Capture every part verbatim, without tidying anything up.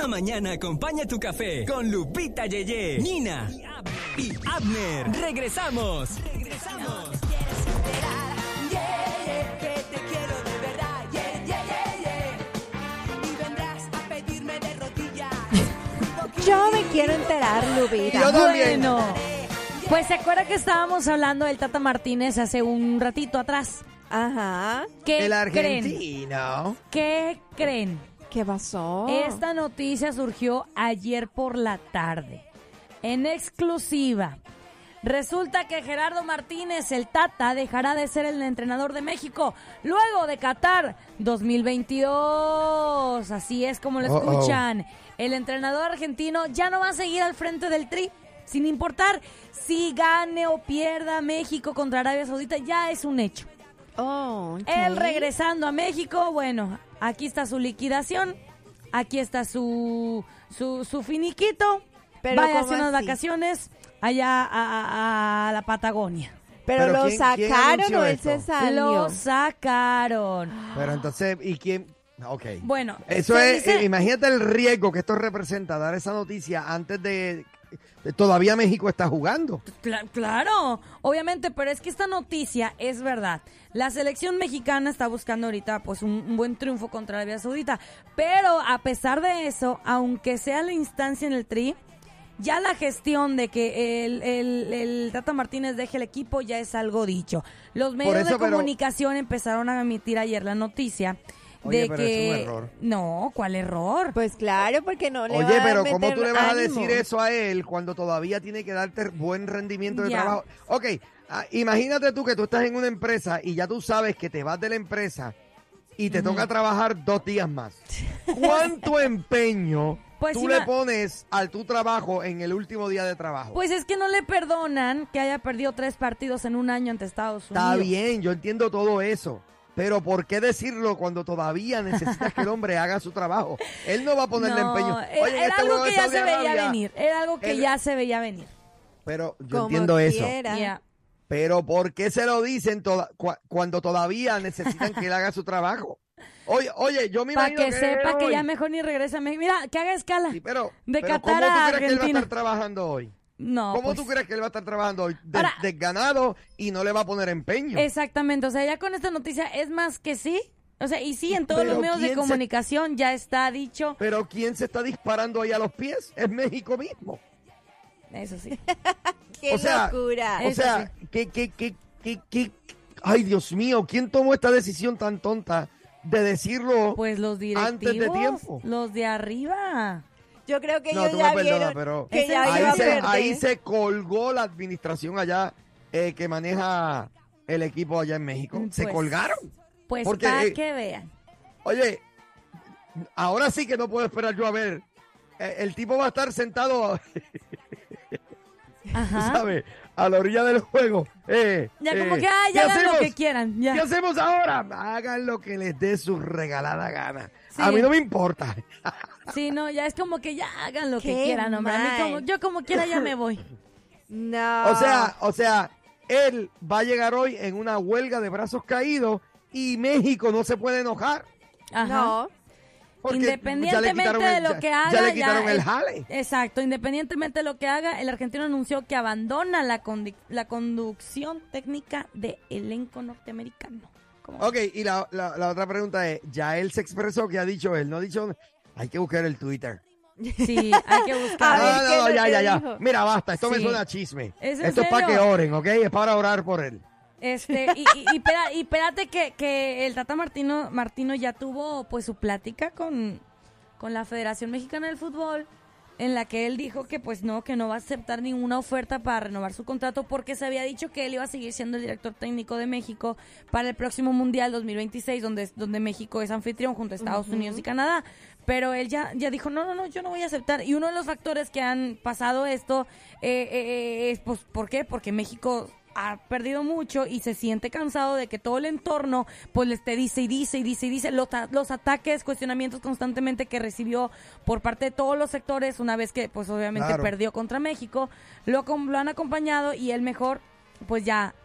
Cada mañana acompaña tu café con Lupita Yeye, Nina y Abner. ¡Regresamos! ¡Regresamos! Yo me quiero enterar, Lupita. Yo también. Bueno, pues se acuerda que estábamos hablando del Tata Martínez hace un ratito atrás. Ajá. ¿Qué El creen? argentino. ¿Qué creen? ¿Qué pasó? Esta noticia surgió ayer por la tarde. En exclusiva. Resulta que Gerardo Martínez, el Tata, dejará de ser el entrenador de México luego de Qatar dos mil veintidós. Así es como lo Uh-oh. escuchan. El entrenador argentino ya no va a seguir al frente del Tri, sin importar si gane o pierda México contra Arabia Saudita, ya es un hecho. Oh, okay. Él regresando a México, bueno, aquí está su liquidación, aquí está su su, su finiquito, Pero vaya a ¿cómo hacer unas así? vacaciones allá a, a- a la Patagonia. Pero, ¿Pero lo quién- quién sacaron anunció o él esto? se salió. Lo sacaron. Pero entonces, ¿y quién? Ok. Bueno, Eso se es, dice- eh, imagínate el riesgo que esto representa, dar esa noticia antes de... de- todavía México está jugando. Cla- claro, obviamente, pero es que esta noticia es verdad. La selección mexicana está buscando ahorita pues un, un buen triunfo contra Arabia Saudita, pero a pesar de eso, aunque sea la instancia en el Tri, ya la gestión de que el, el, el Tata Martínez deje el equipo ya es algo dicho. Los medios eso, de pero- comunicación empezaron a emitir ayer la noticia Oye, de pero que... es un error. No, ¿cuál error? Pues claro, porque no le Oye, va a pero ¿cómo meter tú le vas a ánimo? decir eso a él cuando todavía tiene que darte buen rendimiento de Ya. trabajo? Ok, ah, imagínate tú que tú estás en una empresa y ya tú sabes que te vas de la empresa y te toca trabajar dos días más. ¿Cuánto empeño Pues tú sí, le ma- pones al tu trabajo en el último día de trabajo? Pues es que no le perdonan que haya perdido tres partidos en un año ante Estados Unidos. Está bien, yo entiendo todo eso. Pero ¿por qué decirlo cuando todavía necesitas que el hombre haga su trabajo? Él no va a ponerle No, empeño. era, Oye, en era este algo juego de que ya Saudi se veía Arabia, venir. Era algo que el- ya se veía venir. Pero yo Como entiendo eso. quiera. Ya. Pero ¿por qué se lo dicen toda- cua- cuando todavía necesitan que él haga su trabajo? Oye, oye, yo me Para imagino que sepa que hoy- ya mejor ni regresa a México. Mira, que haga escala. Sí, pero, de pero Qatar ¿cómo tú a crees que él va a Argentina. estar trabajando hoy? No, ¿Cómo pues, tú crees que él va a estar trabajando hoy? De- Ahora- desganado y no le va a poner empeño. exactamente. O sea, ya con esta noticia es más que sí. O sea, y sí, en todos Pero los medios de ¿quién se- comunicación ya está dicho. Pero ¿quién se está disparando ahí a los pies? Es México mismo. Eso sí. ¡Qué O sea, locura! O Eso sea, que, que, que, que, que- ay Dios mío, ¿quién tomó esta decisión tan tonta de decirlo? Pues los directivos. Antes de tiempo. Los de arriba. Yo creo que No, ellos tú ya me perdonas, vieron pero que ya Ahí iba a ahí, se, perder. ahí se colgó la administración allá eh, que maneja el equipo allá en México. Se Pues, colgaron. Pues Porque, para eh, que vean. Oye, ahora sí que no puedo esperar yo a ver. Eh, el tipo va a estar sentado, Ajá. ¿sabes? A la orilla del juego. Eh, Ya eh, como que, ay, ¿qué ya hagan lo hacemos? que quieran. Ya. ¿Qué hacemos ahora? Hagan lo que les dé su regalada gana. Sí. A mí no me importa. Sí, no, ya es como que ya hagan lo que Qué quieran, hombre. A mí mal. como, yo como quiera ya me voy. No. O sea, o sea, él va a llegar hoy en una huelga de brazos caídos y México no se puede enojar. Ajá. no. Porque ya le Independientemente quitaron de el- lo ya- que haga, ya le quitaron ya el es- jale. Exacto, independientemente de lo que haga, el argentino anunció que abandona la, condi- la conducción técnica del elenco norteamericano. ¿Cómo? Ok, y la, la, la otra pregunta es, ya él se expresó, ¿qué ha dicho él? No ha dicho, hay que buscar el Twitter. Sí, hay que A buscar. ver, No, ¿qué no, es no, lo ya, que ya, ya. dijo? Mira, basta, esto me Sí. suena a chisme. ¿Es en Esto es para que serio? oren, ¿ok? Es para orar por él. Este, y, y, y, espera- y espérate que, que el Tata Martino, Martino ya tuvo pues su plática con, con la Federación Mexicana del Fútbol, en la que él dijo que pues no, que no va a aceptar ninguna oferta para renovar su contrato porque se había dicho que él iba a seguir siendo el director técnico de México para el próximo Mundial dos mil veintiséis, donde, donde México es anfitrión junto a Estados Unidos y Canadá. Pero él ya, ya dijo, no, no, no, yo no voy a aceptar. Y uno de los factores que han pasado esto eh, eh, es, pues, ¿por qué? Porque México ha perdido mucho y se siente cansado de que todo el entorno pues le te dice y dice y dice y dice los, a- los ataques, cuestionamientos constantemente que recibió por parte de todos los sectores una vez que pues obviamente Claro. perdió contra México, lo, acom- lo han acompañado y él mejor pues ya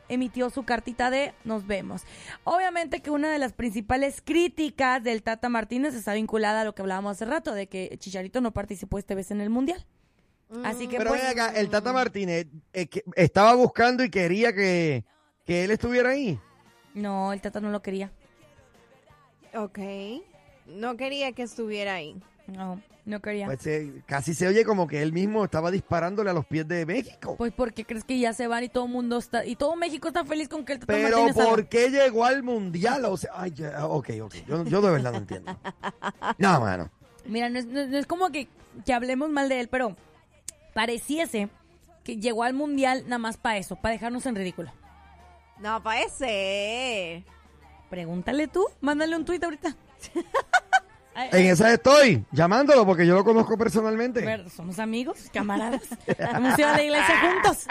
emitió su cartita de nos vemos. Obviamente que una de las principales críticas del Tata Martínez está vinculada a lo que hablábamos hace rato, de que Chicharito no participó esta vez en el Mundial. Así que Pero pues, ven acá, el Tata Martínez eh, que estaba buscando y quería que, que él estuviera ahí. no, el Tata no lo quería. Ok. No quería que estuviera ahí. No, no quería. Pues, eh, casi se oye como que él mismo estaba disparándole a los pies de México. Pues porque crees que ya se van y todo el mundo está, y todo México está feliz con que el Tata Pero Martínez salga? ¿por qué llegó al Mundial? O sea, ay, ya, ok, ok. Yo, yo de verdad no entiendo. No, mano. Mira, no es, no, no es como que, que hablemos mal de él, pero pareciese que llegó al Mundial nada más para eso, para dejarnos en ridículo. No puede ser. Pregúntale tú, mándale un tuit ahorita. Ay, En ay, esa estoy, llamándolo porque yo lo conozco personalmente. ver, somos amigos, camaradas. Hemos ido a la iglesia juntos.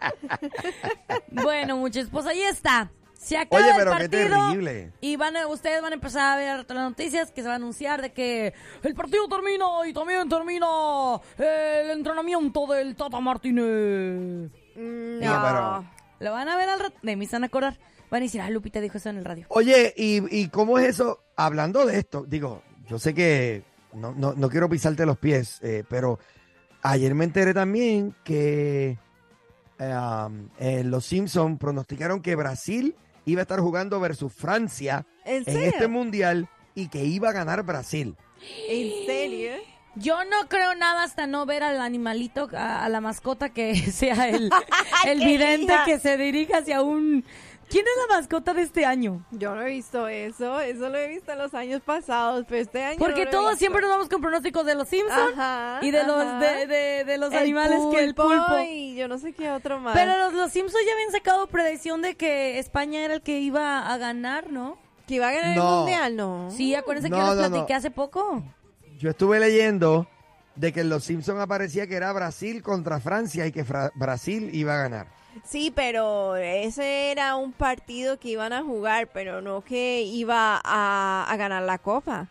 Bueno, muchachos, pues ahí está. Se acaba Oye, el pero qué partido terrible. y van a, ustedes van a empezar a ver todas las noticias que se va a anunciar de que el partido termina y también termina el entrenamiento del Tata Martínez. Mm, Diga, No. pero- Lo van a ver al rato. De mí se van a acordar. Van a decir, ah, Lupita dijo eso en el radio. Oye, ¿y, y cómo es eso? Hablando de esto, digo, yo sé que no, no, no quiero pisarte los pies, eh, pero ayer me enteré también que eh, um, eh, los Simpsons pronosticaron que Brasil iba a estar jugando versus Francia ¿En en serio? este mundial y que iba a ganar Brasil. ¿En serio? Yo no creo nada hasta no ver al animalito, a, a la mascota que sea el, el ¡Qué vidente linda! que se dirija hacia un... ¿Quién es la mascota de este año? Yo no he visto eso. Eso lo he visto en los años pasados, pero este año Porque no lo he todos visto. siempre nos vamos con pronósticos de los Simpsons Ajá, y de los ajá. de, de- de los El animales que el pulpo. Y yo no sé qué otro más. Pero los, los Simpsons ya habían sacado predicción de que España era el que iba a ganar, ¿no? ¿Que iba a ganar No. el mundial? No. Sí, acuérdense que No, yo les no, platiqué no. hace poco. Yo estuve leyendo de que en los Simpsons aparecía que era Brasil contra Francia y que Fra- Brasil iba a ganar. Sí, pero ese era un partido que iban a jugar, pero no que iba a, a ganar la copa.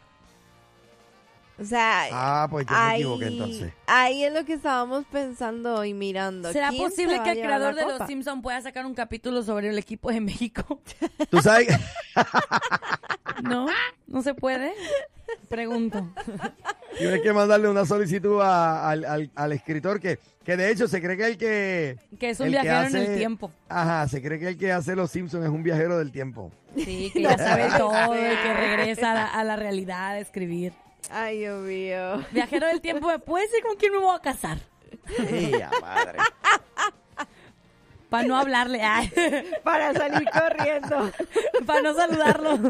O sea, Ah, pues yo me ahí, equivoqué entonces. ahí es lo que estábamos pensando y mirando. ¿Será ¿Quién posible se va que a el llevar creador la de los copa? Simpsons pueda sacar un capítulo sobre el equipo de México? Tú sabes, ¿No? ¿No se puede? Pregunto. tienes que mandarle una solicitud a- al, al- al escritor que, que de hecho se cree que el que... Que es un el que viajero en el hace- tiempo. Ajá, se cree que el que hace los Simpsons es un viajero del tiempo. Sí, que ya sabe todo y que regresa a la, a la realidad a escribir. Ay, Dios mío. Viajero del tiempo, ¿me puedes decir con quién me voy a casar? ¡Ea, padre! Para no hablarle, ay, Para salir corriendo. para no saludarlo.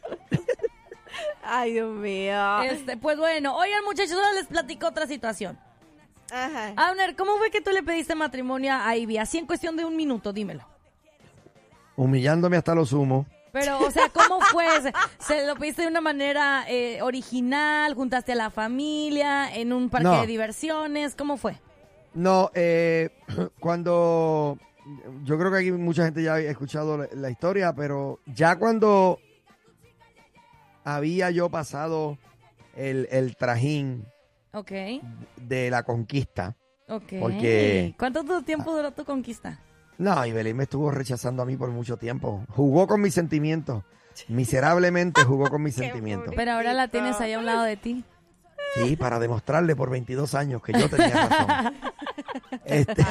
Ay, Dios mío. Este, pues bueno, oigan muchachos, ahora les platico otra situación. Ajá. Abner, ¿cómo fue que tú le pediste matrimonio a Ivy? Así en cuestión de un minuto, dímelo. Humillándome hasta lo sumo. Pero, o sea, ¿cómo fue? ¿Se, se lo pediste de una manera eh, original? ¿Juntaste a la familia en un parque No. de diversiones? ¿Cómo fue? No, eh, cuando... Yo creo que aquí mucha gente ya ha escuchado la, la historia, pero ya cuando había yo pasado el, el trajín Ok, de la conquista. ok. Porque- ¿Cuánto tu tiempo duró tu conquista? No, y Belén me estuvo rechazando a mí por mucho tiempo. Jugó con mis sentimientos. Miserablemente jugó con mis Qué sentimientos. Pero ahora la tienes ahí a un lado de ti. Sí, para demostrarle por veintidós años que yo tenía razón. Este,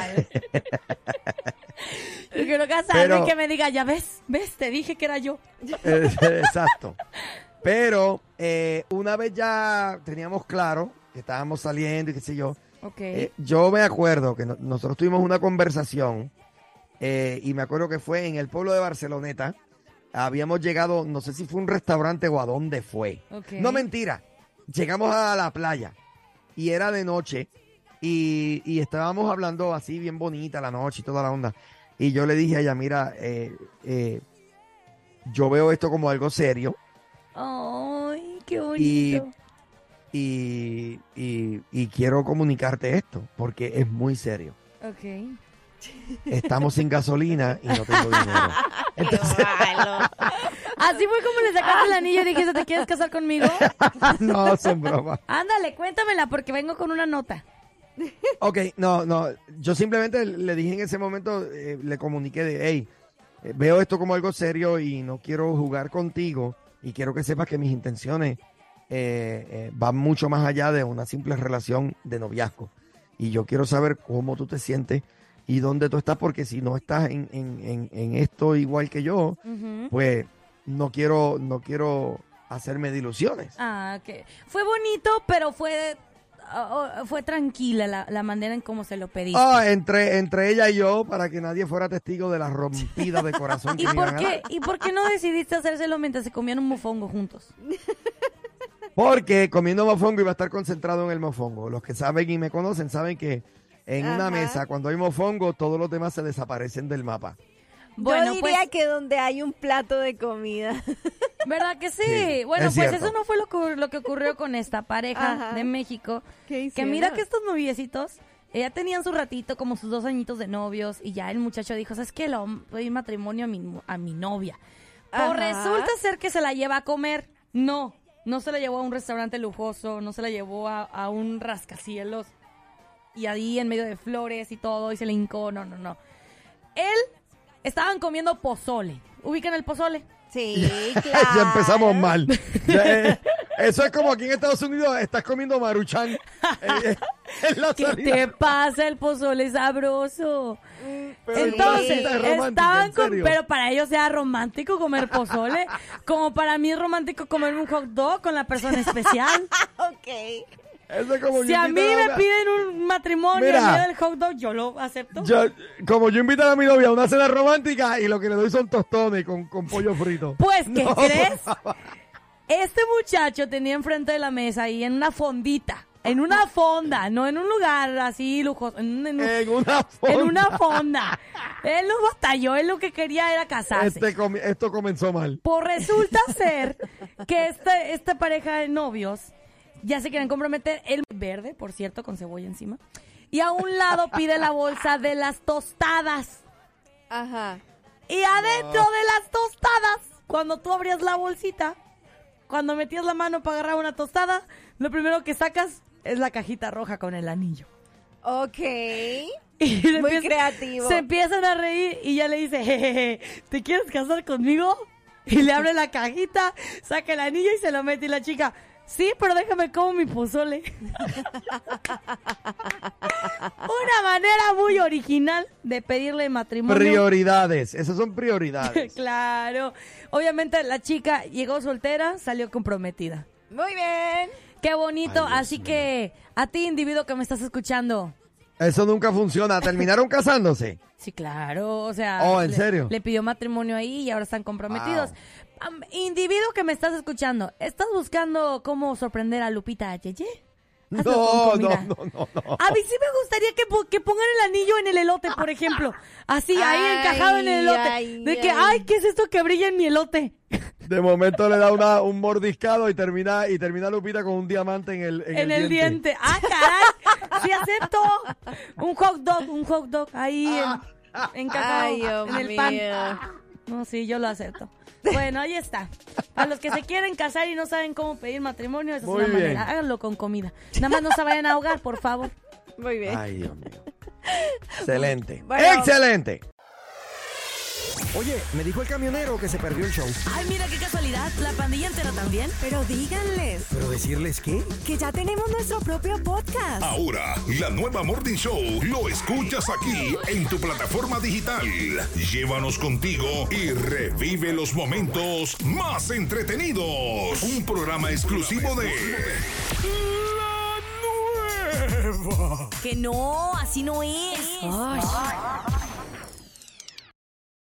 Yo quiero casarme Pero- y que me diga, ya ves, ves, te dije que era yo. eh, exacto. Pero eh, una vez ya teníamos claro que estábamos saliendo y qué sé yo, Ok. eh, yo me acuerdo que no- nosotros tuvimos una conversación eh, y me acuerdo que fue en el pueblo de Barceloneta. Habíamos llegado, no sé si fue un restaurante o a dónde fue. Ok. No, mentira. Llegamos a la playa y era de noche y, y estábamos hablando así bien bonita la noche y toda la onda. Y yo le dije a ella, mira, eh, eh, yo veo esto como algo serio Ay, qué y, bonito. y, y, y quiero comunicarte esto porque es muy serio. Ok. Estamos sin gasolina y no tengo dinero. Qué malo. Así fue como le sacaste el anillo y dijiste, ¿te quieres casar conmigo? No, son bromas. Ándale, cuéntamela porque vengo con una nota. Ok, no, no, yo simplemente le dije en ese momento, eh, le comuniqué de, hey, eh, veo esto como algo serio y no quiero jugar contigo y quiero que sepas que mis intenciones eh, eh, van mucho más allá de una simple relación de noviazgo. Y yo quiero saber cómo tú te sientes y dónde tú estás, porque si no estás en, en, en, en esto igual que yo, Ujú. pues no quiero, no quiero hacerme de ilusiones. Ah, ok. Fue bonito, pero fue, uh, uh, fue tranquila la, la manera en cómo se lo pediste. Ah, entre, entre ella y yo, para que nadie fuera testigo de la rompida de corazón que ¿Y me por iban a qué, dar. ¿Y por qué no decidiste hacérselo mientras se comían un mofongo juntos? Porque comiendo mofongo iba a estar concentrado en el mofongo. Los que saben y me conocen saben que en una Ajá. mesa, cuando hay mofongo, todos los demás se desaparecen del mapa. Bueno, Yo diría pues, que donde hay un plato de comida. ¿verdad que sí? Sí, Bueno, es pues cierto. eso no fue lo que, lo que ocurrió con esta pareja Ajá. de México. ¿Qué Que mira que estos noviecitos, ya tenían su ratito, como sus dos añitos de novios, y ya el muchacho dijo, ¿sabes qué? Le doy matrimonio a mi, a mi novia. Pues Ajá. resulta ser que se la lleva a comer. No, no se la llevó a un restaurante lujoso, no se la llevó a, a un rascacielos, y ahí en medio de flores y todo, y se le hincó, no, no, no. Él, estaban comiendo pozole. ¿Ubican el pozole? Sí, claro. Ya empezamos mal. Ya, eh, eso es como aquí en Estados Unidos, estás comiendo maruchan. eh, eh, en la ¿Qué salida. te pasa? El pozole es sabroso. Pero Entonces, es romántica, estaban ¿en con, serio? pero para ellos era romántico comer pozole, como para mí es romántico comer un hot dog con la persona especial. Ok. Eso es como Si yo a mí invito me una- piden un matrimonio Mira. en medio del hot dog, yo lo acepto. yo- como yo invito a mi novia a una cena romántica y lo que le doy son tostones con, con pollo frito. Pues, ¿qué No, crees? por favor. Este muchacho tenía enfrente de la mesa ahí en una fondita, en una fonda, no en un lugar así lujoso, en, en un- En una fonda. en una fonda. Él no batalló, él lo que quería era casarse. Este comi- esto comenzó mal. Pues resulta ser que este, esta pareja de novios ya se quieren comprometer. El verde, por cierto, con cebolla encima. Y a un lado pide la bolsa de las tostadas. Ajá. Y adentro de las tostadas, cuando tú abrías la bolsita, cuando metías la mano para agarrar una tostada, lo primero que sacas es la cajita roja con el anillo. Ok. Y se Muy empieza- creativo. Se empiezan a reír y ya le dice, jejeje, ¿te quieres casar conmigo? Y le abre la cajita, saca el anillo y se lo mete. Y la chica, sí, pero déjame como mi pozole. Una manera muy original de pedirle matrimonio. Prioridades. Esas son prioridades. Claro. Obviamente la chica llegó soltera, salió comprometida. Muy bien. Qué bonito. Ay, Dios Así mío. que a ti, individuo que me estás escuchando. Eso nunca funciona. ¿Terminaron casándose? Sí, claro. O sea, Oh, ¿en le- serio? Le pidió matrimonio ahí y ahora están comprometidos. Wow. Am, individuo que me estás escuchando, ¿estás buscando cómo sorprender a Lupita Yeye? Hazlo con No, no, comida. no, no, no. A mí sí me gustaría que, po- que pongan el anillo en el elote, por ejemplo. Así, ahí Ay, encajado en el elote. ay, de que, ay. ay, ¿qué es esto que brilla en mi elote? De momento le da una, un mordiscado y termina, y termina Lupita con un diamante en el, en En el diente. Ah, caray. Sí acepto. Un hot dog, un hot dog ahí en, encajado Ay, Dios en el mío. pan. No, sí, yo lo acepto. Bueno, ahí está. A los que se quieren casar y no saben cómo pedir matrimonio, esa Muy es una bien. manera. Háganlo con comida. Nada más no se vayan a ahogar, por favor. Muy bien. Ay, Dios mío. Excelente. Bueno. Excelente. Oye, me dijo el camionero que se perdió el show. Ay, mira qué casualidad. La pandilla entera también. Pero díganles ¿Pero decirles qué? que ya tenemos nuestro propio podcast. Ahora, la nueva Morning Show lo escuchas aquí en tu plataforma digital. Llévanos contigo y revive los momentos más entretenidos. Un programa exclusivo de La Nueva. Que no, así no es. Ay.